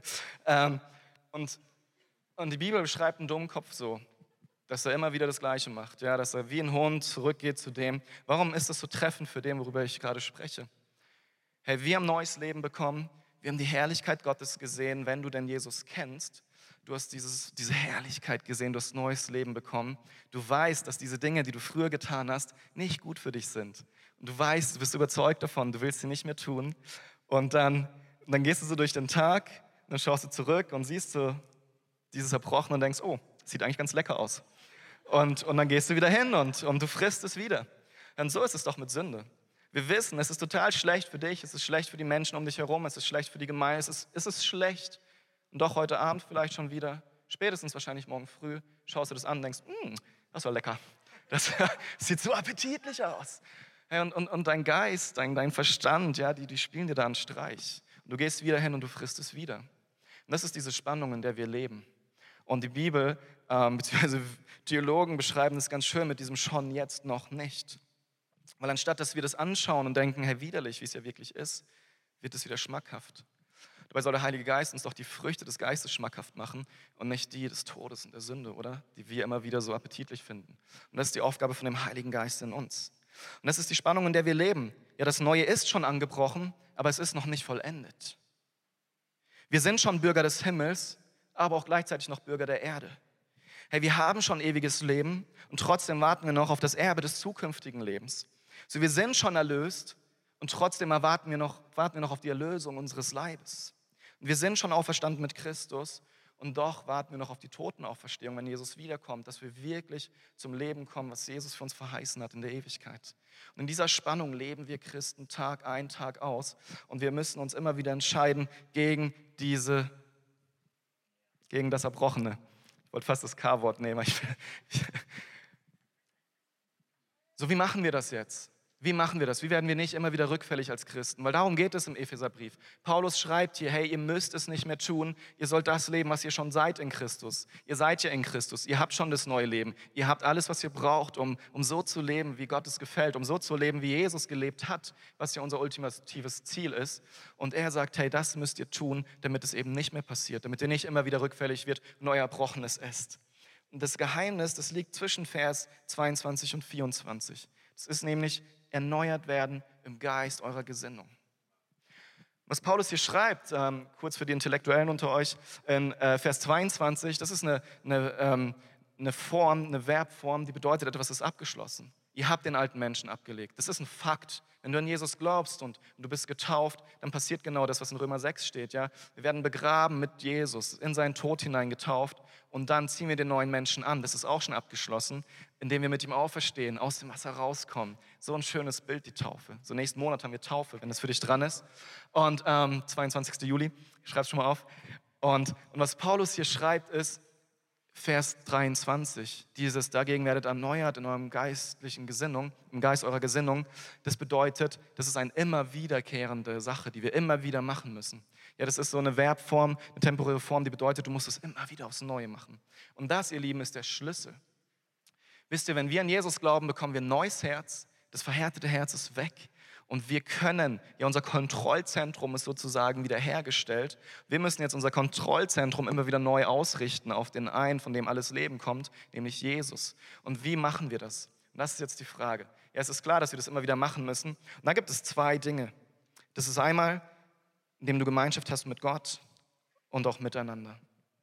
S2: Und die Bibel beschreibt einen Dummkopf so, dass er immer wieder das Gleiche macht. Ja, dass er wie ein Hund zurückgeht zu dem. Warum ist das so treffend für den, worüber ich gerade spreche? Hey, wir haben neues Leben bekommen. Wir haben die Herrlichkeit Gottes gesehen, wenn du denn Jesus kennst. Du hast diese Herrlichkeit gesehen, du hast neues Leben bekommen. Du weißt, dass diese Dinge, die du früher getan hast, nicht gut für dich sind. Und du weißt, du bist überzeugt davon, du willst sie nicht mehr tun. Und dann gehst du so durch den Tag, dann schaust du zurück und siehst so dieses Erbrochene und denkst, oh, sieht eigentlich ganz lecker aus. Und dann gehst du wieder hin und du frisst es wieder. Und so ist es doch mit Sünde. Wir wissen, es ist total schlecht für dich, es ist schlecht für die Menschen um dich herum, es ist schlecht für die Gemeinde, es ist schlecht. Und doch heute Abend vielleicht schon wieder, spätestens wahrscheinlich morgen früh, schaust du das an und denkst, das war lecker. Das sieht so appetitlich aus. Ja, und dein Geist, dein Verstand, ja, die spielen dir da einen Streich. Und du gehst wieder hin und du frisst es wieder. Und das ist diese Spannung, in der wir leben. Und die Bibel, beziehungsweise Theologen beschreiben es ganz schön mit diesem schon, jetzt, noch nicht. Weil anstatt, dass wir das anschauen und denken, hey, widerlich, wie es ja wirklich ist, wird es wieder schmackhaft. Dabei soll der Heilige Geist uns doch die Früchte des Geistes schmackhaft machen und nicht die des Todes und der Sünde, oder? Die wir immer wieder so appetitlich finden. Und das ist die Aufgabe von dem Heiligen Geist in uns. Und das ist die Spannung, in der wir leben. Ja, das Neue ist schon angebrochen, aber es ist noch nicht vollendet. Wir sind schon Bürger des Himmels, aber auch gleichzeitig noch Bürger der Erde. Hey, wir haben schon ewiges Leben und trotzdem warten wir noch auf das Erbe des zukünftigen Lebens. So, wir sind schon erlöst und trotzdem warten wir noch auf die Erlösung unseres Leibes. Und wir sind schon auferstanden mit Christus und doch warten wir noch auf die Totenauferstehung, wenn Jesus wiederkommt, dass wir wirklich zum Leben kommen, was Jesus für uns verheißen hat in der Ewigkeit. Und in dieser Spannung leben wir Christen Tag ein, Tag aus und wir müssen uns immer wieder entscheiden gegen das Erbrochene. Ich wollte fast das K-Wort nehmen. So, wie machen wir das jetzt? Wie machen wir das? Wie werden wir nicht immer wieder rückfällig als Christen? Weil darum geht es im Epheserbrief. Paulus schreibt hier, hey, ihr müsst es nicht mehr tun. Ihr sollt das leben, was ihr schon seid in Christus. Ihr seid ja in Christus. Ihr habt schon das neue Leben. Ihr habt alles, was ihr braucht, um so zu leben, wie Gott es gefällt. Um so zu leben, wie Jesus gelebt hat, was ja unser ultimatives Ziel ist. Und er sagt, hey, das müsst ihr tun, damit es eben nicht mehr passiert. Damit ihr nicht immer wieder rückfällig wird und euer Erbrochenes esst. Und das Geheimnis, das liegt zwischen Vers 22 und 24. Das ist nämlich, erneuert werden im Geist eurer Gesinnung. Was Paulus hier schreibt, kurz für die Intellektuellen unter euch, in Vers 22, das ist eine Form, eine Verbform, die bedeutet, etwas ist abgeschlossen. Ihr habt den alten Menschen abgelegt. Das ist ein Fakt. Wenn du an Jesus glaubst und du bist getauft, dann passiert genau das, was in Römer 6 steht. Ja? Wir werden begraben mit Jesus, in seinen Tod hinein getauft und dann ziehen wir den neuen Menschen an. Das ist auch schon abgeschlossen, indem wir mit ihm auferstehen, aus dem Wasser rauskommen. So ein schönes Bild, die Taufe. So nächsten Monat haben wir Taufe, wenn das für dich dran ist. Und 22. Juli, ich schreibe es schon mal auf. Und was Paulus hier schreibt ist, Vers 23, dieses dagegen werdet erneuert in eurem geistlichen Gesinnung, im Geist eurer Gesinnung, das bedeutet, das ist eine immer wiederkehrende Sache, die wir immer wieder machen müssen. Ja, das ist so eine Verbform, eine temporäre Form, die bedeutet, du musst es immer wieder aufs Neue machen. Und das, ihr Lieben, ist der Schlüssel. Wisst ihr, wenn wir an Jesus glauben, bekommen wir ein neues Herz, das verhärtete Herz ist weg. Und wir können, ja unser Kontrollzentrum ist sozusagen wiederhergestellt. Wir müssen jetzt unser Kontrollzentrum immer wieder neu ausrichten auf den einen, von dem alles Leben kommt, nämlich Jesus. Und wie machen wir das? Und das ist jetzt die Frage. Ja, es ist klar, dass wir das immer wieder machen müssen. Und da gibt es zwei Dinge. Das ist einmal, indem du Gemeinschaft hast mit Gott und auch miteinander.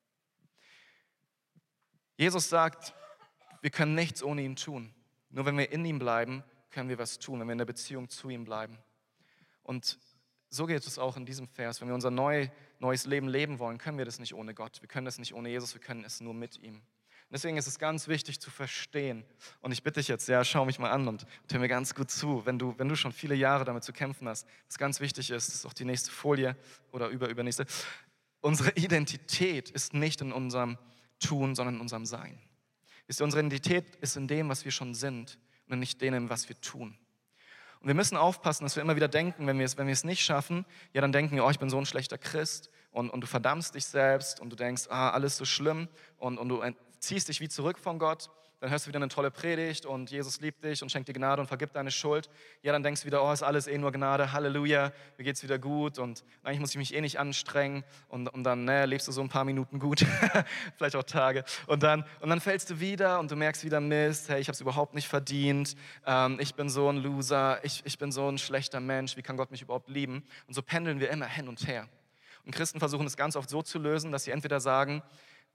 S2: Jesus sagt, wir können nichts ohne ihn tun. Nur wenn wir in ihm bleiben, können wir was tun, wenn wir in der Beziehung zu ihm bleiben. Und so geht es auch in diesem Vers. Wenn wir unser neues Leben leben wollen, können wir das nicht ohne Gott. Wir können das nicht ohne Jesus, wir können es nur mit ihm. Und deswegen ist es ganz wichtig zu verstehen. Und ich bitte dich jetzt, ja, schau mich mal an und hör mir ganz gut zu. Wenn du schon viele Jahre damit zu kämpfen hast, was ganz wichtig ist, das ist auch die nächste Folie oder übernächste. Unsere Identität ist nicht in unserem Tun, sondern in unserem Sein. Unsere Identität ist in dem, was wir schon sind. Und nicht denen, was wir tun. Und wir müssen aufpassen, dass wir immer wieder denken, wenn wir es nicht schaffen, ja, dann denken wir, oh, ich bin so ein schlechter Christ und du verdammst dich selbst und du denkst, alles so schlimm und du ziehst dich wie zurück von Gott. Dann hörst du wieder eine tolle Predigt und Jesus liebt dich und schenkt dir Gnade und vergibt deine Schuld. Ja, dann denkst du wieder, ist alles nur Gnade, Halleluja, mir geht's wieder gut und eigentlich muss ich mich nicht anstrengen und dann lebst du so ein paar Minuten gut, vielleicht auch Tage. Und dann fällst du wieder und du merkst wieder, Mist, hey, ich habe es überhaupt nicht verdient, ich bin so ein Loser, ich bin so ein schlechter Mensch, wie kann Gott mich überhaupt lieben? Und so pendeln wir immer hin und her. Und Christen versuchen es ganz oft so zu lösen, dass sie entweder sagen,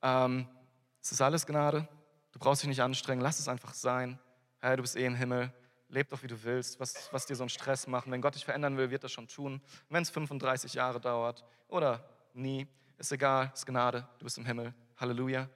S2: es ist alles Gnade, du brauchst dich nicht anstrengen, lass es einfach sein. Hey, du bist im Himmel, leb doch wie du willst, was dir so einen Stress macht. Wenn Gott dich verändern will, wird das schon tun. Wenn es 35 Jahre dauert oder nie, ist egal, ist Gnade, du bist im Himmel, Halleluja.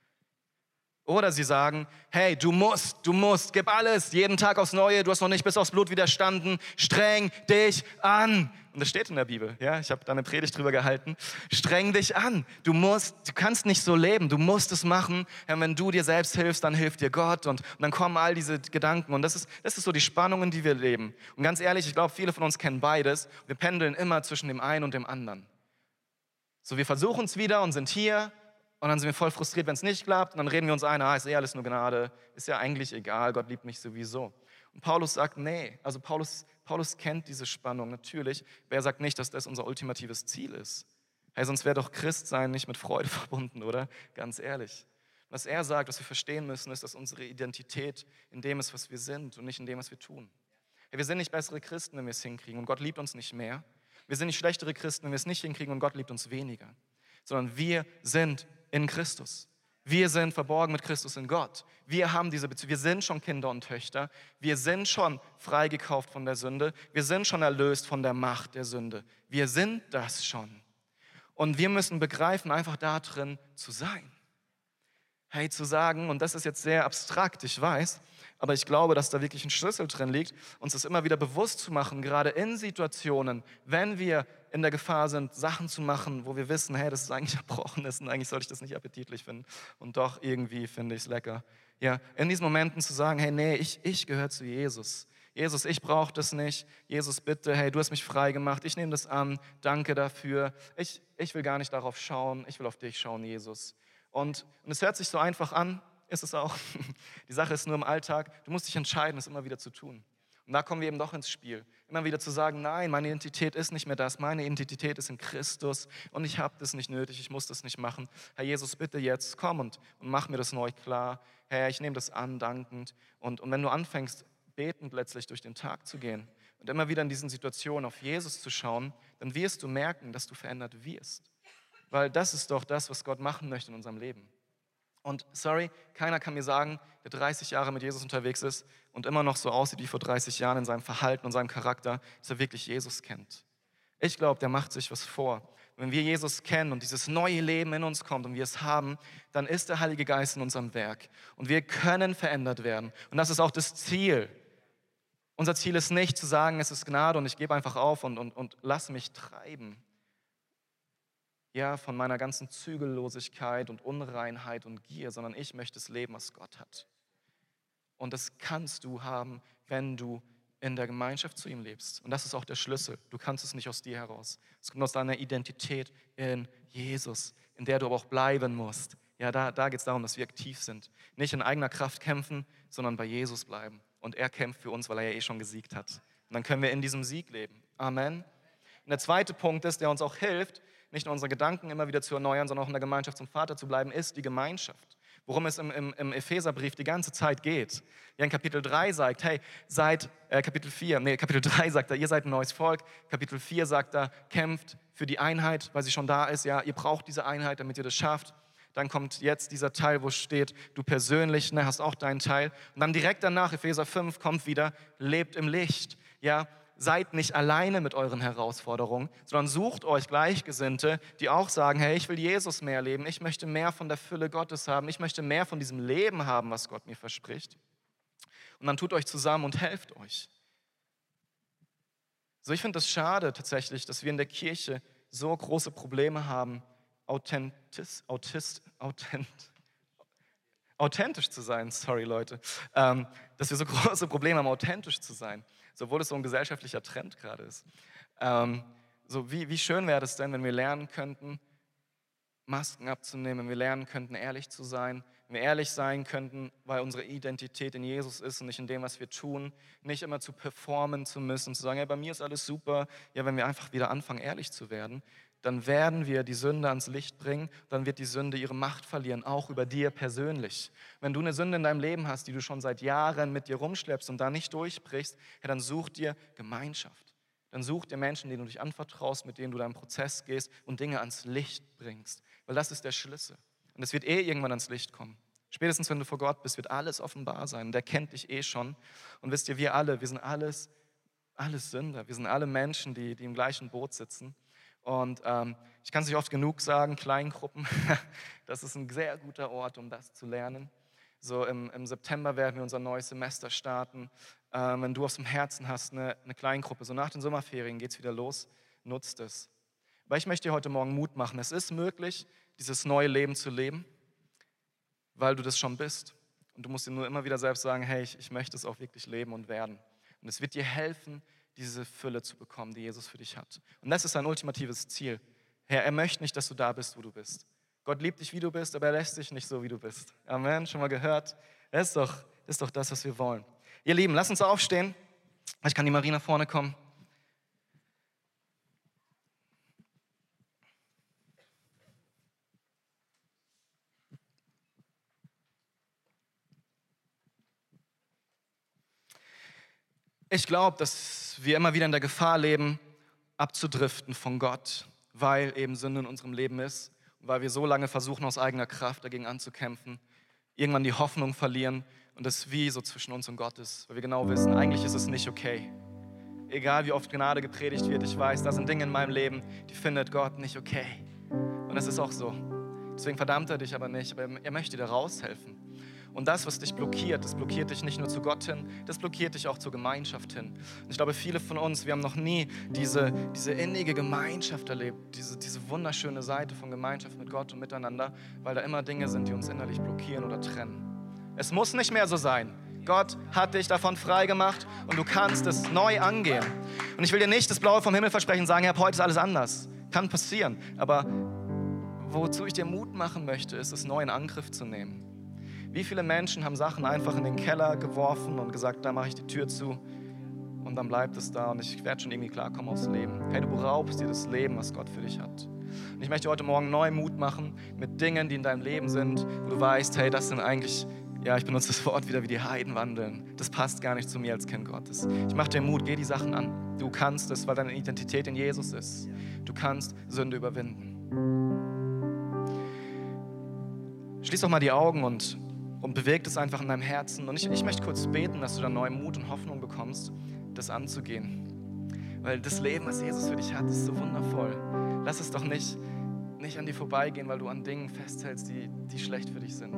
S2: Oder sie sagen, hey, du musst, gib alles, jeden Tag aufs Neue, du hast noch nicht bis aufs Blut widerstanden, streng dich an. Und das steht in der Bibel, ja, ich habe da eine Predigt drüber gehalten. Streng dich an, du kannst nicht so leben, du musst es machen. Ja, wenn du dir selbst hilfst, dann hilft dir Gott und dann kommen all diese Gedanken. Und das ist so die Spannung, in die wir leben. Und ganz ehrlich, ich glaube, viele von uns kennen beides. Wir pendeln immer zwischen dem einen und dem anderen. So, wir versuchen es wieder und sind hier. Und dann sind wir voll frustriert, wenn es nicht klappt. Und dann reden wir uns ein, ist alles nur Gnade, ist ja eigentlich egal, Gott liebt mich sowieso. Und Paulus sagt, nee, also Paulus kennt diese Spannung natürlich. Wer sagt nicht, dass das unser ultimatives Ziel ist? Hey, sonst wäre doch Christsein nicht mit Freude verbunden, oder? Ganz ehrlich. Was er sagt, was wir verstehen müssen, ist, dass unsere Identität in dem ist, was wir sind und nicht in dem, was wir tun. Hey, wir sind nicht bessere Christen, wenn wir es hinkriegen und Gott liebt uns nicht mehr. Wir sind nicht schlechtere Christen, wenn wir es nicht hinkriegen und Gott liebt uns weniger. Sondern wir sind in Christus. Wir sind verborgen mit Christus in Gott. Wir haben diese Beziehung. Wir sind schon Kinder und Töchter. Wir sind schon freigekauft von der Sünde. Wir sind schon erlöst von der Macht der Sünde. Wir sind das schon. Und wir müssen begreifen, einfach da drin zu sein. Hey, zu sagen, und das ist jetzt sehr abstrakt, ich weiß, aber ich glaube, dass da wirklich ein Schlüssel drin liegt, uns das immer wieder bewusst zu machen, gerade in Situationen, wenn wir in der Gefahr sind, Sachen zu machen, wo wir wissen, hey, das ist eigentlich Erbrochenes und eigentlich sollte ich das nicht appetitlich finden und doch irgendwie finde ich es lecker. Ja, in diesen Momenten zu sagen, hey, nee, ich gehöre zu Jesus. Jesus, ich brauche das nicht. Jesus, bitte, hey, du hast mich frei gemacht. Ich nehme das an. Danke dafür. Ich will gar nicht darauf schauen. Ich will auf dich schauen, Jesus. Und es hört sich so einfach an, ist es auch. Die Sache ist nur im Alltag, du musst dich entscheiden, es immer wieder zu tun. Und da kommen wir eben doch ins Spiel. Immer wieder zu sagen, nein, meine Identität ist nicht mehr das, meine Identität ist in Christus und ich habe das nicht nötig, ich muss das nicht machen. Herr Jesus, bitte jetzt, komm und mach mir das neu klar. Herr, ich nehme das an, dankend. Und wenn du anfängst, betend letztlich durch den Tag zu gehen und immer wieder in diesen Situationen auf Jesus zu schauen, dann wirst du merken, dass du verändert wirst. Weil das ist doch das, was Gott machen möchte in unserem Leben. Und sorry, keiner kann mir sagen, der 30 Jahre mit Jesus unterwegs ist und immer noch so aussieht wie vor 30 Jahren in seinem Verhalten und seinem Charakter, dass er wirklich Jesus kennt. Ich glaube, der macht sich was vor. Wenn wir Jesus kennen und dieses neue Leben in uns kommt und wir es haben, dann ist der Heilige Geist in unserem Werk. Und wir können verändert werden. Und das ist auch das Ziel. Unser Ziel ist nicht zu sagen, es ist Gnade und ich gebe einfach auf und lass mich treiben. Ja, von meiner ganzen Zügellosigkeit und Unreinheit und Gier, sondern ich möchte das Leben, was Gott hat. Und das kannst du haben, wenn du in der Gemeinschaft zu ihm lebst. Und das ist auch der Schlüssel. Du kannst es nicht aus dir heraus. Es kommt aus deiner Identität in Jesus, in der du aber auch bleiben musst. Ja, da geht es darum, dass wir aktiv sind. Nicht in eigener Kraft kämpfen, sondern bei Jesus bleiben. Und er kämpft für uns, weil er ja schon gesiegt hat. Und dann können wir in diesem Sieg leben. Amen. Und der zweite Punkt ist, der uns auch hilft, nicht nur unsere Gedanken immer wieder zu erneuern, sondern auch in der Gemeinschaft zum Vater zu bleiben, ist die Gemeinschaft. Worum es im Epheserbrief die ganze Zeit geht. Ja, in Kapitel 3 sagt, hey, Kapitel 3 sagt er, ihr seid ein neues Volk. Kapitel 4 sagt er, kämpft für die Einheit, weil sie schon da ist. Ja, ihr braucht diese Einheit, damit ihr das schafft. Dann kommt jetzt dieser Teil, wo steht, du persönlich, hast auch deinen Teil. Und dann direkt danach, Epheser 5, kommt wieder, lebt im Licht. Ja, seid nicht alleine mit euren Herausforderungen, sondern sucht euch Gleichgesinnte, die auch sagen, hey, ich will Jesus mehr leben, ich möchte mehr von der Fülle Gottes haben, ich möchte mehr von diesem Leben haben, was Gott mir verspricht. Und dann tut euch zusammen und helft euch. So, ich finde es schade tatsächlich, dass wir in der Kirche so große Probleme haben, authentisch zu sein, sorry Leute, dass wir so große Probleme haben, authentisch zu sein, obwohl es so ein gesellschaftlicher Trend gerade ist. So wie schön wäre es denn, wenn wir lernen könnten, Masken abzunehmen, wenn wir lernen könnten, ehrlich zu sein, wenn wir ehrlich sein könnten, weil unsere Identität in Jesus ist und nicht in dem, was wir tun, nicht immer zu performen zu müssen, zu sagen, ja, bei mir ist alles super. Ja, wenn wir einfach wieder anfangen, ehrlich zu werden, dann werden wir die Sünde ans Licht bringen, dann wird die Sünde ihre Macht verlieren, auch über dir persönlich. Wenn du eine Sünde in deinem Leben hast, die du schon seit Jahren mit dir rumschleppst und da nicht durchbrichst, ja, dann such dir Gemeinschaft. Dann such dir Menschen, denen du dich anvertraust, mit denen du deinen Prozess gehst und Dinge ans Licht bringst. Weil das ist der Schlüssel. Und es wird irgendwann ans Licht kommen. Spätestens, wenn du vor Gott bist, wird alles offenbar sein. Und der kennt dich schon. Und wisst ihr, wir sind alles Sünder. Wir sind alle Menschen, die im gleichen Boot sitzen. Und ich kann es nicht oft genug sagen, Kleingruppen, das ist ein sehr guter Ort, um das zu lernen. So im September werden wir unser neues Semester starten. Wenn du aus dem Herzen hast, eine Kleingruppe, so nach den Sommerferien geht es wieder los, nutzt es. Weil ich möchte dir heute Morgen Mut machen. Es ist möglich, dieses neue Leben zu leben, weil du das schon bist. Und du musst dir nur immer wieder selbst sagen, hey, ich möchte es auch wirklich leben und werden. Und es wird dir helfen, diese Fülle zu bekommen, die Jesus für dich hat. Und das ist sein ultimatives Ziel. Herr, er möchte nicht, dass du da bist, wo du bist. Gott liebt dich, wie du bist, aber er lässt dich nicht so, wie du bist. Amen, schon mal gehört? Das ist doch das, was wir wollen. Ihr Lieben, lasst uns aufstehen. Ich kann die Marie nach vorne kommen. Ich glaube, dass wir immer wieder in der Gefahr leben, abzudriften von Gott, weil eben Sünde in unserem Leben ist und weil wir so lange versuchen, aus eigener Kraft dagegen anzukämpfen, irgendwann die Hoffnung verlieren und das wie so zwischen uns und Gott ist, weil wir genau wissen, eigentlich ist es nicht okay. Egal wie oft Gnade gepredigt wird, ich weiß, da sind Dinge in meinem Leben, die findet Gott nicht okay. Und das ist auch so. Deswegen verdammt er dich aber nicht, aber er möchte dir raushelfen. Und das, was dich blockiert, das blockiert dich nicht nur zu Gott hin, das blockiert dich auch zur Gemeinschaft hin. Und ich glaube, viele von uns, wir haben noch nie diese innige Gemeinschaft erlebt, diese wunderschöne Seite von Gemeinschaft mit Gott und miteinander, weil da immer Dinge sind, die uns innerlich blockieren oder trennen. Es muss nicht mehr so sein. Gott hat dich davon frei gemacht und du kannst es neu angehen. Und ich will dir nicht das Blaue vom Himmel versprechen und sagen, ja, heute ist alles anders. Kann passieren. Aber wozu ich dir Mut machen möchte, ist es neu in Angriff zu nehmen. Wie viele Menschen haben Sachen einfach in den Keller geworfen und gesagt, da mache ich die Tür zu und dann bleibt es da und ich werde schon irgendwie klarkommen aufs Leben. Hey, du beraubst dir das Leben, was Gott für dich hat. Und ich möchte heute Morgen neu Mut machen mit Dingen, die in deinem Leben sind, wo du weißt, hey, das sind eigentlich Ja, ich benutze das Wort wieder, wie die Heiden wandeln. Das passt gar nicht zu mir als Kind Gottes. Ich mache dir Mut, geh die Sachen an. Du kannst es, weil deine Identität in Jesus ist. Du kannst Sünde überwinden. Schließ doch mal die Augen und beweg es einfach in deinem Herzen. Und ich möchte kurz beten, dass du dann neuen Mut und Hoffnung bekommst, das anzugehen. Weil das Leben, was Jesus für dich hat, ist so wundervoll. Lass es doch nicht an dir vorbeigehen, weil du an Dingen festhältst, die schlecht für dich sind.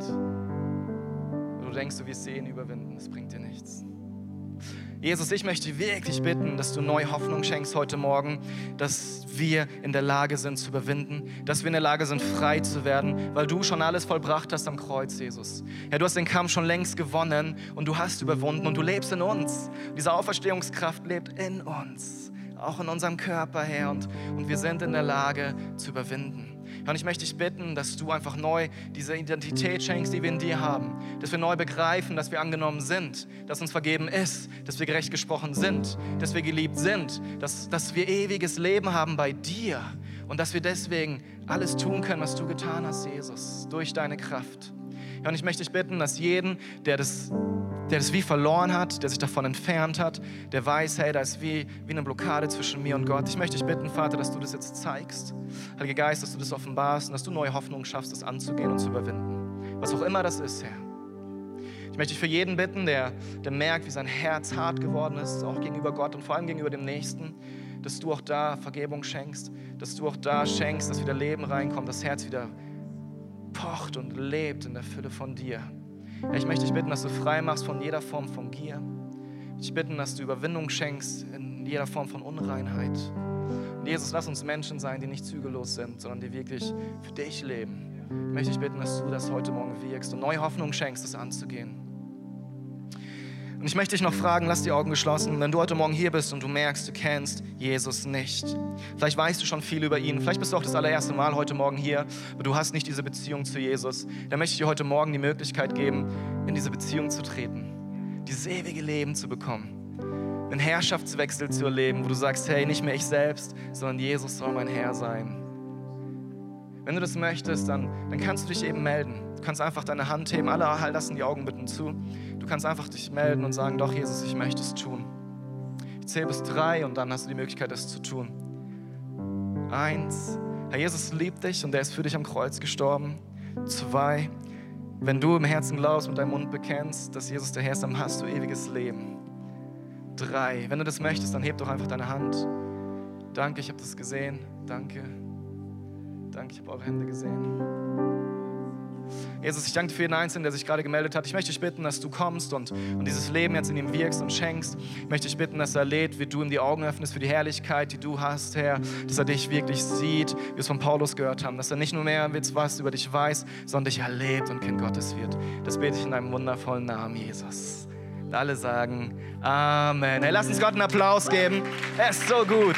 S2: Du denkst, du wirst sie überwinden, das bringt dir nichts. Jesus, ich möchte wirklich bitten, dass du neue Hoffnung schenkst heute Morgen, dass wir in der Lage sind zu überwinden, dass wir in der Lage sind, frei zu werden, weil du schon alles vollbracht hast am Kreuz, Jesus. Ja, du hast den Kampf schon längst gewonnen und du hast überwunden und du lebst in uns. Diese Auferstehungskraft lebt in uns, auch in unserem Körper, Herr, und wir sind in der Lage zu überwinden. Und ich möchte dich bitten, dass du einfach neu diese Identität schenkst, die wir in dir haben. Dass wir neu begreifen, dass wir angenommen sind, dass uns vergeben ist, dass wir gerecht gesprochen sind, dass wir geliebt sind, dass wir ewiges Leben haben bei dir und dass wir deswegen alles tun können, was du getan hast, Jesus, durch deine Kraft. Ja, und ich möchte dich bitten, dass jeden, der das wie verloren hat, der sich davon entfernt hat, der weiß, hey, da ist wie eine Blockade zwischen mir und Gott. Ich möchte dich bitten, Vater, dass du das jetzt zeigst. Heiliger Geist, dass du das offenbarst und dass du neue Hoffnung schaffst, das anzugehen und zu überwinden. Was auch immer das ist, Herr. Ich möchte dich für jeden bitten, der merkt, wie sein Herz hart geworden ist, auch gegenüber Gott und vor allem gegenüber dem Nächsten, dass du auch da Vergebung schenkst, dass du auch da schenkst, dass wieder Leben reinkommt, das Herz wieder pocht und lebt in der Fülle von dir. Ja, ich möchte dich bitten, dass du frei machst von jeder Form von Gier. Ich möchte dich bitten, dass du Überwindung schenkst in jeder Form von Unreinheit. Und Jesus, lass uns Menschen sein, die nicht zügellos sind, sondern die wirklich für dich leben. Ich möchte dich bitten, dass du das heute Morgen wirkst und neue Hoffnung schenkst, das anzugehen. Und ich möchte dich noch fragen, lass die Augen geschlossen, wenn du heute Morgen hier bist und du merkst, du kennst Jesus nicht. Vielleicht weißt du schon viel über ihn, vielleicht bist du auch das allererste Mal heute Morgen hier, aber du hast nicht diese Beziehung zu Jesus. Dann möchte ich dir heute Morgen die Möglichkeit geben, in diese Beziehung zu treten, dieses ewige Leben zu bekommen, einen Herrschaftswechsel zu erleben, wo du sagst, hey, nicht mehr ich selbst, sondern Jesus soll mein Herr sein. Wenn du das möchtest, dann kannst du dich eben melden. Du kannst einfach deine Hand heben, alle lassen die Augen bitten zu. Du kannst einfach dich melden und sagen, doch Jesus, ich möchte es tun. Ich zähle bis 3 und dann hast du die Möglichkeit, es zu tun. 1, Herr Jesus liebt dich und er ist für dich am Kreuz gestorben. 2, wenn du im Herzen glaubst und deinem Mund bekennst, dass Jesus der Herr ist, dann hast du ewiges Leben. 3, wenn du das möchtest, dann heb doch einfach deine Hand. Danke, ich habe das gesehen. Danke, ich habe eure Hände gesehen. Jesus, ich danke dir für jeden Einzelnen, der sich gerade gemeldet hat. Ich möchte dich bitten, dass du kommst und dieses Leben jetzt in ihm wirkst und schenkst. Ich möchte dich bitten, dass er lädt, wie du ihm die Augen öffnest für die Herrlichkeit, die du hast, Herr. Dass er dich wirklich sieht, wie wir es von Paulus gehört haben. Dass er nicht nur mehr was über dich weiß, sondern dich erlebt und Kind Gottes wird. Das bete ich in deinem wundervollen Namen, Jesus. Und alle sagen Amen. Hey, lass uns Gott einen Applaus geben. Er ist so gut.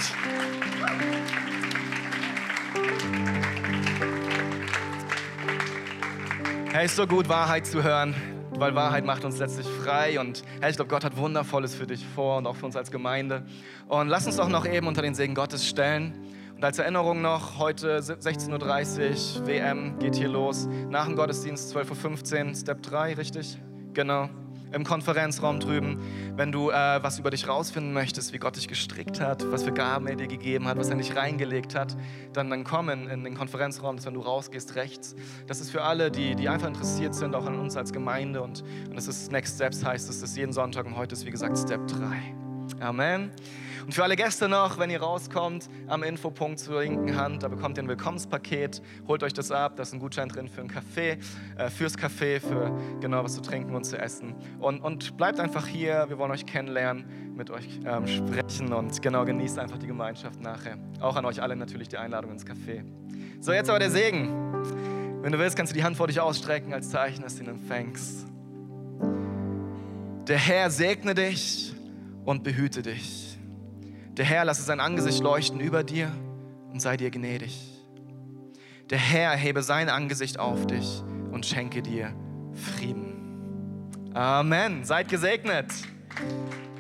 S2: Hey, ist so gut, Wahrheit zu hören, weil Wahrheit macht uns letztlich frei und hey, ich glaube, Gott hat Wundervolles für dich vor und auch für uns als Gemeinde. Und lass uns doch noch eben unter den Segen Gottes stellen. Und als Erinnerung noch, heute 16.30 Uhr, WM geht hier los. Nach dem Gottesdienst 12.15 Uhr, Step 3, richtig? Genau. Im Konferenzraum drüben, wenn du was über dich rausfinden möchtest, wie Gott dich gestrickt hat, was für Gaben er dir gegeben hat, was er in dich reingelegt hat, dann komm in den Konferenzraum, dass wenn du rausgehst, rechts. Das ist für alle, die einfach interessiert sind, auch an uns als Gemeinde und das ist Next Steps, heißt es, das ist jeden Sonntag und heute ist, wie gesagt, Step 3. Amen. Und für alle Gäste noch, wenn ihr rauskommt, am Infopunkt zur linken Hand, da bekommt ihr ein Willkommenspaket, holt euch das ab, da ist ein Gutschein drin für ein Café, fürs Café, für genau was zu trinken und zu essen. Und bleibt einfach hier, wir wollen euch kennenlernen, mit euch sprechen und genau, genießt einfach die Gemeinschaft nachher. Auch an euch alle natürlich die Einladung ins Café. So, jetzt aber der Segen. Wenn du willst, kannst du die Hand vor dich ausstrecken als Zeichen, dass du ihn empfängst. Der Herr segne dich und behüte dich. Der Herr lasse sein Angesicht leuchten über dir und sei dir gnädig. Der Herr hebe sein Angesicht auf dich und schenke dir Frieden. Amen. Seid gesegnet.